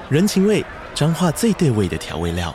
人情味，彰化最对味的调味料。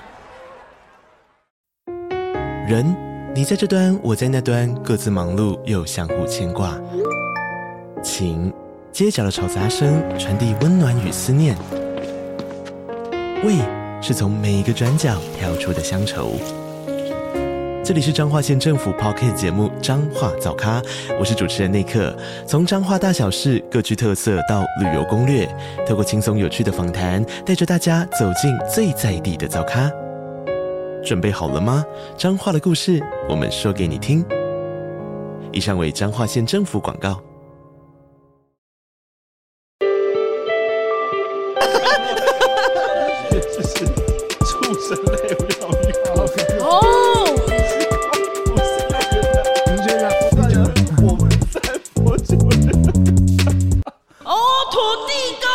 人，你在这端，我在那端，各自忙碌又相互牵挂。情，街角的吵杂声传递温暖与思念。味，是从每一个转角跳出的乡愁。这里是彰化县政府 Podcast 节目《彰化早咖》，我是主持人内克。从彰化大小事各具特色到旅游攻略，透过轻松有趣的访谈，带着大家走进最在地的早咖。准备好了吗？彰化的故事，我们说给你听。以上为彰化县政府广告。 这是畜生类料理。 土地公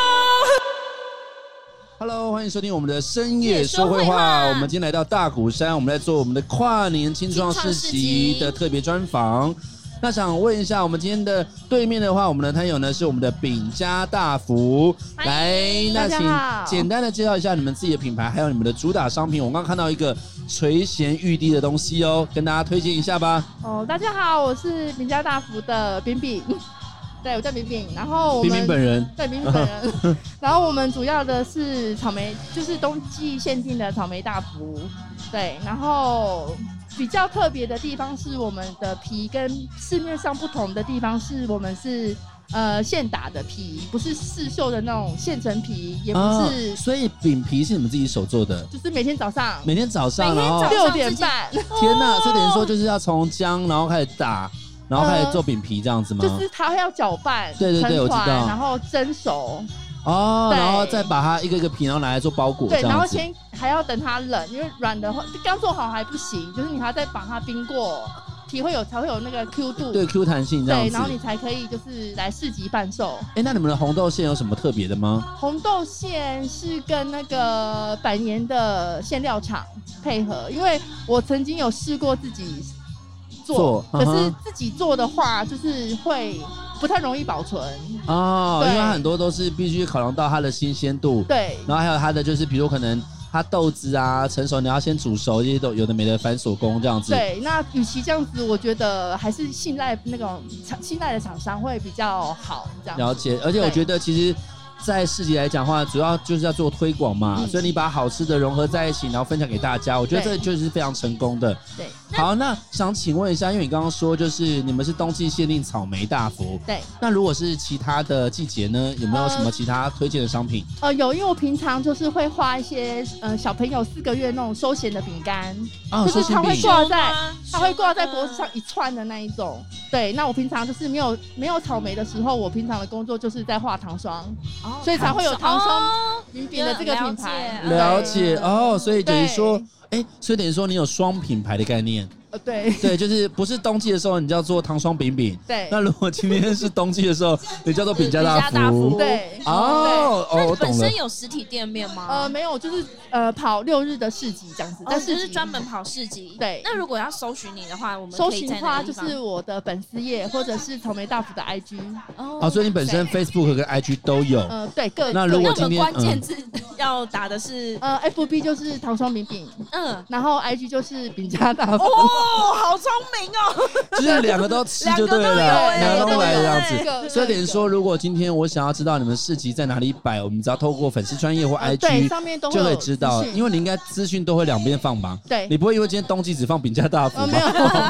Hello， 欢迎收听我们的深夜说会话。我们今天来到大鼓山，我们在做我们的跨年青创市集的特别专访。那想问一下，我们今天的对面的话，我们的摊友呢是我们的饼家大福。来，那请简单的介绍一下你们自己的品牌，还有你们的主打商品。我刚刚看到一个垂涎欲滴的东西哦，跟大家推荐一下吧。 大家好，我是饼家大福的饼饼。对，我叫饼饼，然后我们饼饼本人， 对，饼饼本人。然后我们主要的是草莓，就是冬季限定的草莓大福。对，然后比较特别的地方是我们的皮跟市面上不同的地方是我们是现打的皮，不是市售的那种现成皮，也不是。 所以饼皮是你们自己手做的， 就是每天早上， 然后 6点半。 天哪！所以等于说就是要从姜，然后开始打。然后开始做饼皮这样子吗？ 就是它要搅拌， 对，我知道。 然后蒸熟， 然后再把它一个一个皮，然后拿来做包裹。 对，然后先还要等它冷，因为软的话刚做好还不行，就是你还要再把它冰过，皮才会有那个 Q 度， 对 Q 弹性这样子。 对，然后你才可以就是来市集贩售。 那你们的红豆馅有什么特别的吗？ 红豆馅是跟那个百年的馅料厂配合，因为我曾经有试过自己做，可是自己做的话，就是会不太容易保存因为很多都是必须考量到它的新鲜度， 对， 然后还有它的就是，比如可能它豆子啊成熟，你要先煮熟，这些都有的没的繁琐工这样子。 对，那与其这样子，我觉得还是信赖的厂商会比较好，这样。 了解，而且我觉得其实。在市集来讲的话，主要就是要做推广嘛，所以你把好吃的融合在一起，然后分享给大家，我觉得这就是非常成功的。 对， 好，那想请问一下，因为你刚刚说就是你们是冬季限定草莓大福， 对， 那如果是其他的季节呢，有没有什么其他推荐的商品？ 有，因为我平常就是会画一些小朋友4个月那种休闲的饼干，就是它会挂在脖子上一串的那一种。对，那我平常就是没有草莓的时候，我平常的工作就是在画糖霜。所以才会有糖霜饼饼的这个品牌。 了解所以等于说，所以等于说你有双品牌的概念。对，就是不是冬季的时候你叫做糖霜饼饼， 对。 那如果今天是冬季的时候，你叫做饼家大福， 对。 我懂了。 本身有实体店面吗？ 没有，就是跑6日的市集这样子。 就是专门跑市集。 对。 那如果要搜寻你的话，我们搜寻的话就是我的粉丝页，或者是草莓大福的 IG。 所以你本身 Facebook 跟 IG 都有。 对，各。 那如果今天关键字要打的是 FB 就是糖霜饼饼，然后 IG 就是饼家大福。 好聪明哦！ 就是两个都吃就对了，两个都来这样子。所以等于说，如果今天我想要知道你们市集在哪里摆，我们只要透过粉丝专页或 IG 上面都就可以知道，因为你应该资讯都会两边放吧？ 对， 你不会因为今天冬季只放饼家大福吗？ 没有。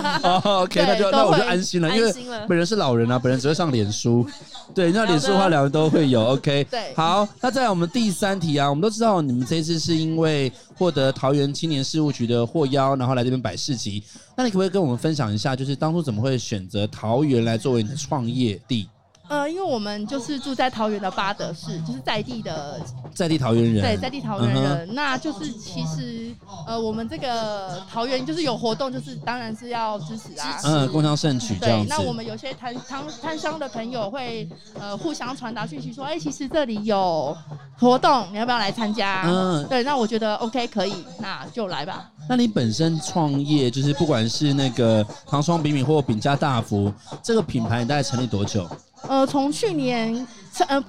OK，那我就安心了，因为本人是老人啊，本人只会上脸书。对，那脸书的话两个都会有。OK， 对。 好，那再来我们第3题啊，我们都知道你们这一次是因为获得桃园青年事务局的获邀，然后来这边摆市集。那你可不可以跟我们分享一下，就是当初怎么会选择桃园来作为你的创业地？ 因为我们就是住在桃园的八德市，就是在地桃园人， 对，在地桃园人。那就是其实我们这个桃园就是有活动，就是当然是要支持啊， 共襄盛举这样子。 对，那我们有些摊商的朋友会互相传达讯息说，其实这里有活动，你要不要来参加？对，那我觉得 OK 可以，那就来吧。 那你本身创业，就是不管是那个糖霜饼饼或饼家大福这个品牌，你大概成立多久？ 从去年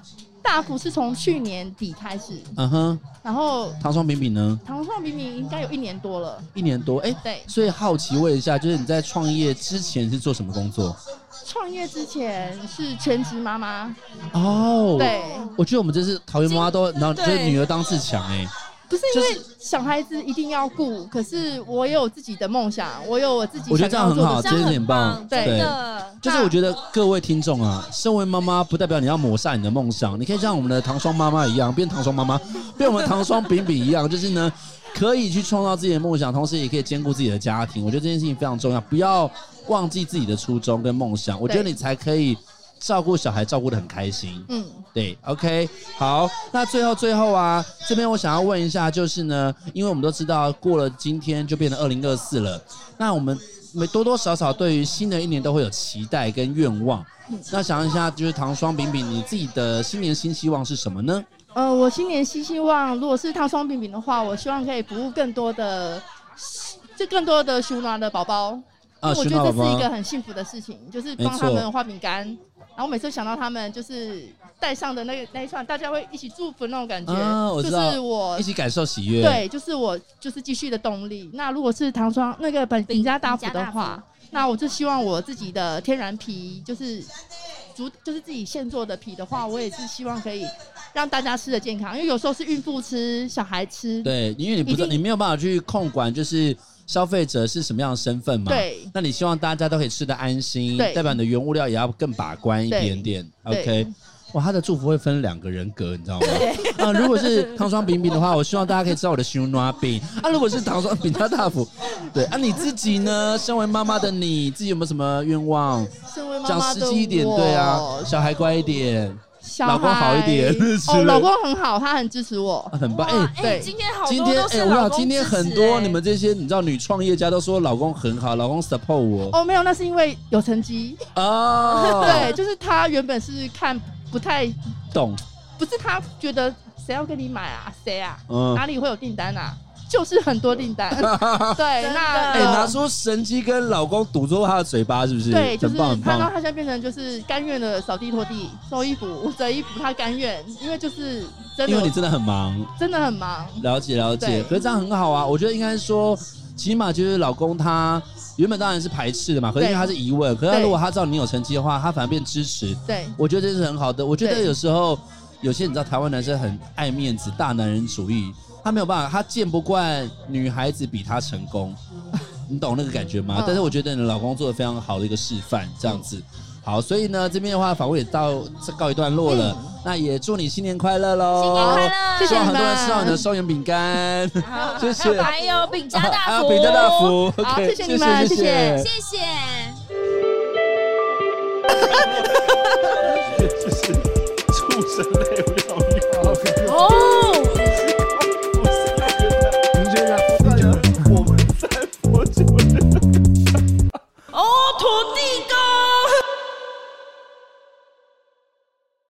大福是从去年底开始， 嗯哼， 然后糖霜饼饼呢糖霜饼饼应该有1年多了。 ？1年多， 对， 所以好奇问一下，就是你在创业之前是做什么工作？ 创业之前是全职妈妈。 哦， 对， 我觉得我们这是桃园妈妈都，然后就是女儿当自强不是因为小孩子一定要顾，可是我也有自己的梦想，我有我自己我觉得这样很好， 这样真的很棒， 真对。 的。 就是我觉得各位听众啊，身为妈妈不代表你要抹杀你的梦想，你可以像我们的糖霜妈妈一样，变糖霜妈妈，变我们糖霜饼饼一样，就是呢，可以去创造自己的梦想，同时也可以兼顾自己的家庭。我觉得这件事情非常重要，不要忘记自己的初衷跟梦想，我觉得你才可以照顾小孩，照顾得很开心。对 ，OK， 好，那最后啊，这边我想要问一下，就是呢，因为我们都知道过了今天就变成2024了，那我们多多少少对于新的一年都会有期待跟愿望。那想一下，就是糖霜饼饼，你自己的新年新希望是什么呢？ 我新年新希望，如果是糖霜饼饼的话，我希望可以服务更多的淑暖的宝宝。我觉得这是一个很幸福的事情，就是帮他们画饼干，然后每次想到他们就是带上的那一串，大家会一起祝福那种感觉， 我知道， 就是我一起感受喜悦。对， 就是我就是继续的动力。那如果是糖霜那个饼家大福的话，那我就希望我自己的天然皮，就是自己现做的皮的话，我也是希望可以让大家吃的健康，因为有时候是孕妇吃、小孩吃。 对，因为你不知道，你没有办法去控管，就是消费者是什么样的身份嘛？ 对。 那你希望大家都可以吃得安心，代表你的原物料也要更把关一点点。OK。哇，他的祝福会分2个人格，你知道吗？如果是糖霜饼饼的话，我希望大家可以吃到我的熊暖饼。如果是糖霜饼家大福，对你自己呢？身为妈妈的你自己有没有什么愿望？ 身为妈妈的讲实际一点，对啊，小孩乖一点。老公好一点老公很好，他很支持我， 很棒。 对，今天好多都是老公支持。 我想今天很多你们这些你知道女创业家都说老公很好，老公 support 我。 没有，那是因为有成绩。对，就是他原本是看不太懂， 不是他觉得谁要跟你买啊，谁啊，哪里会有订单啊？就是很多订单，对， 拿出神机跟老公堵住他的嘴巴，是不是？ 对，就是看到他现在变成就是甘愿的扫地拖地、收衣服、折衣服，他甘愿，因为就是真的， 因为你真的很忙， 真的很忙。 了解，可是这样很好啊，我觉得应该说，起码就是老公他原本当然是排斥的嘛，可是因为他是疑问，可是他如果他知道你有成绩的话，他反而变支持。对，我觉得这是很好的。我觉得有时候有些你知道台湾男生很爱面子、大男人主义。他没有办法，他见不惯女孩子比他成功，你懂那个感觉吗？但是我觉得你的老公做得非常好的一个示范，这样子。好，所以呢，这边的话访问也告一段落了。那也祝你新年快乐喽！ 新年快乐！ 希望很多人吃到你的松原饼干，谢谢。 还有饼家大福， 饼家大福， 好，谢谢你们，谢谢。 就是畜生类不了。